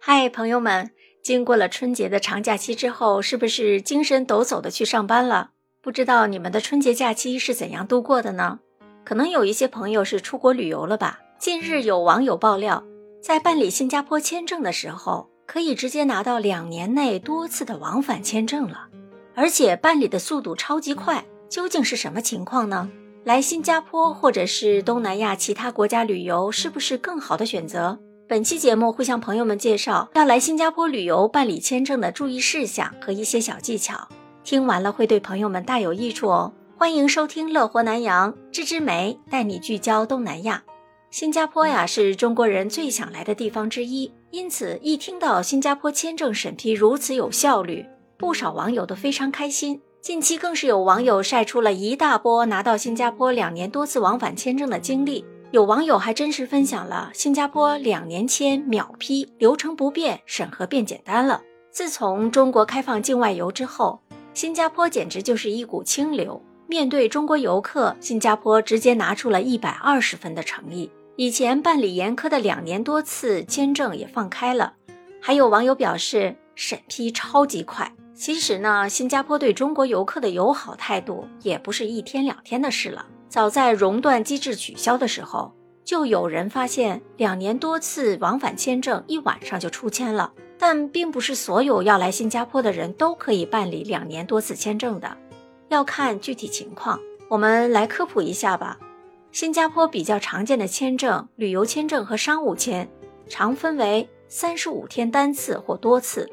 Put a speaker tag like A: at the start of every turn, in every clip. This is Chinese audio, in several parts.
A: 嗨，朋友们，经过了春节的长假期之后，是不是精神抖擞的去上班了？不知道你们的春节假期是怎样度过的呢？可能有一些朋友是出国旅游了吧？近日有网友爆料，在办理新加坡签证的时候，可以直接拿到2年内多次的往返签证了，而且办理的速度超级快。究竟是什么情况呢？来新加坡或者是东南亚其他国家旅游，是不是更好的选择？本期节目会向朋友们介绍要来新加坡旅游办理签证的注意事项和一些小技巧，听完了会对朋友们大有益处哦。欢迎收听乐活南洋，芝芝梅带你聚焦东南亚。新加坡呀，是中国人最想来的地方之一，因此一听到新加坡签证审批如此有效率，不少网友都非常开心。近期更是有网友晒出了一大波拿到新加坡2年多次往返签证的经历，有网友还真实分享了新加坡2年签秒批，流程不变，审核变简单了。自从中国开放境外游之后，新加坡简直就是一股清流，面对中国游客，新加坡直接拿出了120分的诚意。以前办理严苛的2年多次签证也放开了，还有网友表示审批超级快。其实呢，新加坡对中国游客的友好态度也不是1天2天的事了。早在熔断机制取消的时候，就有人发现2年多次往返签证1晚上就出签了。但并不是所有要来新加坡的人都可以办理2年多次签证的，要看具体情况。我们来科普一下吧。新加坡比较常见的签证，旅游签证和商务签，常分为35天单次或多次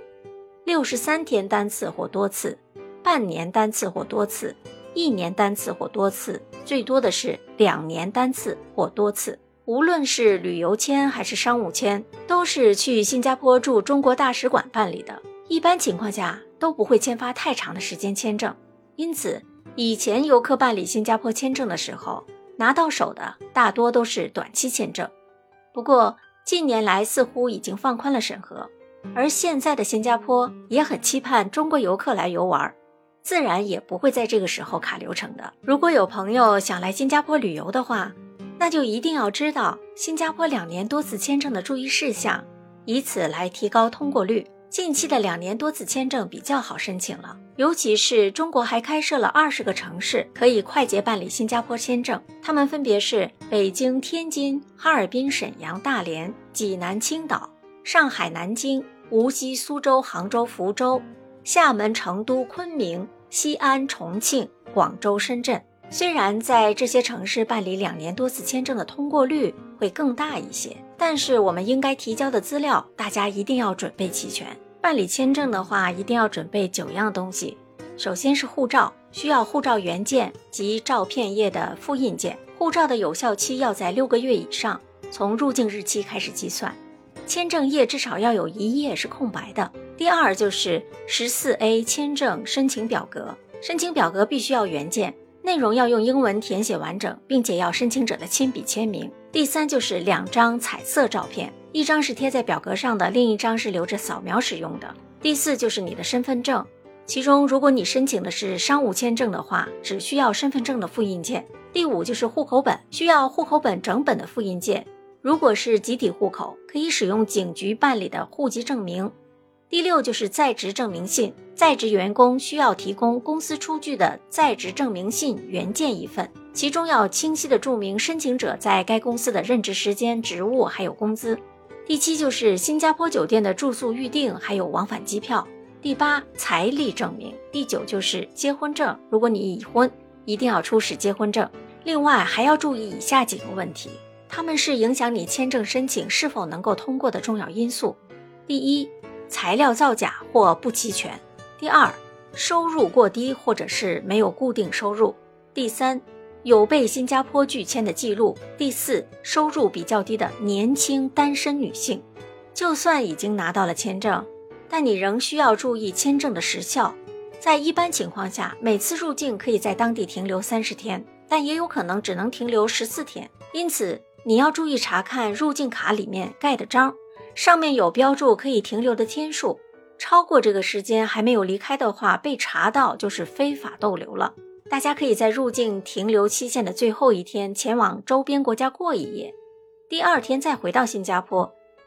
A: ，63天单次或多次，半年单次或多次，1年单次或多次，最多的是2年单次或多次。无论是旅游签还是商务签，都是去新加坡驻中国大使馆办理的，一般情况下都不会签发太长的时间签证。因此，以前游客办理新加坡签证的时候，拿到手的大多都是短期签证。不过，近年来似乎已经放宽了审核，而现在的新加坡也很期盼中国游客来游玩，自然也不会在这个时候卡流程的。如果有朋友想来新加坡旅游的话，那就一定要知道新加坡2年多次签证的注意事项，以此来提高通过率。近期的2年多次签证比较好申请了，尤其是中国还开设了20个城市可以快捷办理新加坡签证，它们分别是北京、天津、哈尔滨、沈阳、大连、济南、青岛、上海、南京、无锡、苏州、杭州、福州、厦门、成都、昆明、西安、重庆、广州、深圳。虽然在这些城市办理2年多次签证的通过率会更大一些，但是我们应该提交的资料大家一定要准备齐全。办理签证的话，一定要准备9样东西。首先是护照，需要护照原件及照片页的复印件，护照的有效期要在6个月以上，从入境日期开始计算。签证页至少要有1页是空白的。第二就是14A 签证申请表格，申请表格必须要原件，内容要用英文填写完整，并且要申请者的亲笔签名。第三就是2张彩色照片，一张是贴在表格上的，另一张是留着扫描使用的。第四就是你的身份证，其中如果你申请的是商务签证的话，只需要身份证的复印件。第五就是户口本，需要户口本整本的复印件，如果是集体户口，可以使用警局办理的户籍证明。第六就是在职证明信，在职员工需要提供公司出具的在职证明信原件1份，其中要清晰地注明申请者在该公司的任职时间、职务还有工资。第七就是新加坡酒店的住宿预订还有往返机票。第八，财力证明。第九就是结婚证，如果你已婚，一定要出示结婚证。另外还要注意以下几个问题，它们是影响你签证申请是否能够通过的重要因素。第一，材料造假或不齐全。第二，收入过低或者是没有固定收入。第三，有被新加坡拒签的记录。第四，收入比较低的年轻单身女性。就算已经拿到了签证，但你仍需要注意签证的时效。在一般情况下，每次入境可以在当地停留30天，但也有可能只能停留14天。因此，你要注意查看入境卡里面盖的章，上面有标注可以停留的天数，超过这个时间还没有离开的话，被查到就是非法逗留了。大家可以在入境停留期限的最后一天前往周边国家过一夜，第2天再回到新加坡，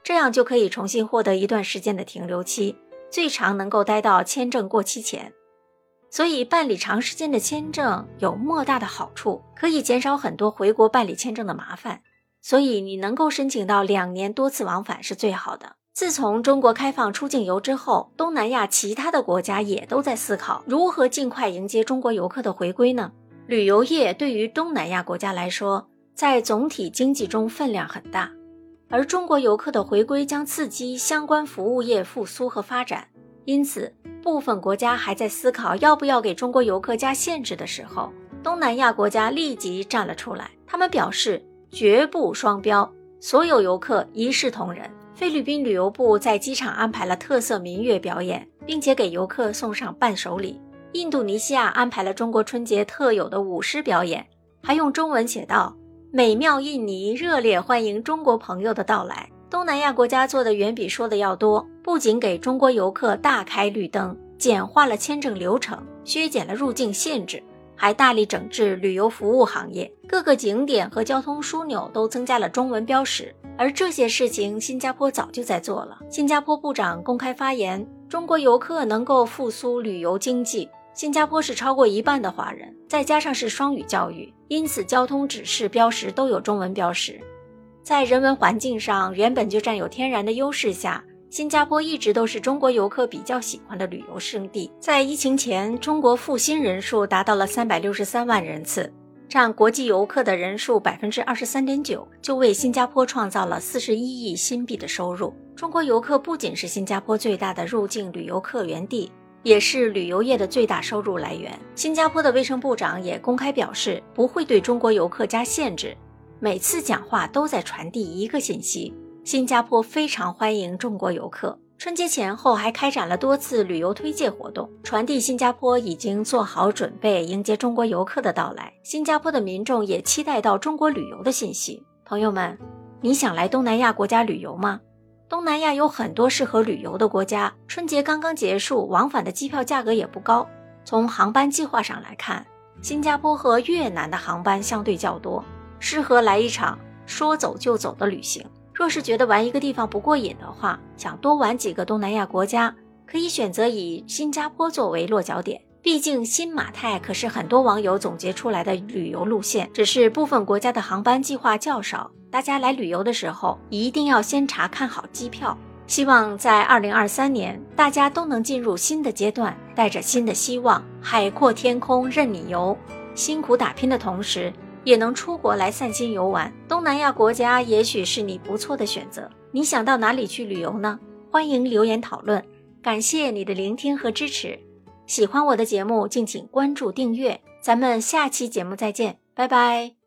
A: 这样就可以重新获得一段时间的停留期，最长能够待到签证过期前。所以办理长时间的签证有莫大的好处，可以减少很多回国办理签证的麻烦。所以你能够申请到2年多次往返是最好的。自从中国开放出境游之后，东南亚其他的国家也都在思考如何尽快迎接中国游客的回归呢？旅游业对于东南亚国家来说，在总体经济中分量很大，而中国游客的回归将刺激相关服务业复苏和发展。因此，部分国家还在思考要不要给中国游客加限制的时候，东南亚国家立即站了出来，他们表示绝不双标，所有游客一视同仁。菲律宾旅游部在机场安排了特色民乐表演，并且给游客送上伴手礼。印度尼西亚安排了中国春节特有的舞狮表演，还用中文写道：美妙印尼热烈欢迎中国朋友的到来。东南亚国家做的远比说的要多，不仅给中国游客大开绿灯，简化了签证流程，削减了入境限制，还大力整治旅游服务行业，各个景点和交通枢纽都增加了中文标识。而这些事情新加坡早就在做了。新加坡部长公开发言，中国游客能够复苏旅游经济。新加坡是超过1半的华人，再加上是双语教育，因此交通指示标识都有中文标识。在人文环境上原本就占有天然的优势下，新加坡一直都是中国游客比较喜欢的旅游胜地。在疫情前，中国赴新人数达到了363万人次，占国际游客的人数 23.9%， 就为新加坡创造了41亿新币的收入。中国游客不仅是新加坡最大的入境旅游客源地，也是旅游业的最大收入来源。新加坡的卫生部长也公开表示，不会对中国游客加限制，每次讲话都在传递一个信息：新加坡非常欢迎中国游客。春节前后还开展了多次旅游推介活动，传递新加坡已经做好准备迎接中国游客的到来。新加坡的民众也期待到中国旅游的信息。朋友们，你想来东南亚国家旅游吗？东南亚有很多适合旅游的国家，春节刚刚结束，往返的机票价格也不高。从航班计划上来看，新加坡和越南的航班相对较多，适合来一场说走就走的旅行。若是觉得玩一个地方不过瘾的话，想多玩几个东南亚国家，可以选择以新加坡作为落脚点。毕竟新马泰可是很多网友总结出来的旅游路线，只是部分国家的航班计划较少，大家来旅游的时候一定要先查看好机票。希望在2023年大家都能进入新的阶段，带着新的希望，海阔天空任你游，辛苦打拼的同时也能出国来散心游玩。东南亚国家也许是你不错的选择，你想到哪里去旅游呢？欢迎留言讨论，感谢你的聆听和支持。喜欢我的节目，敬请关注订阅，咱们下期节目再见，拜拜。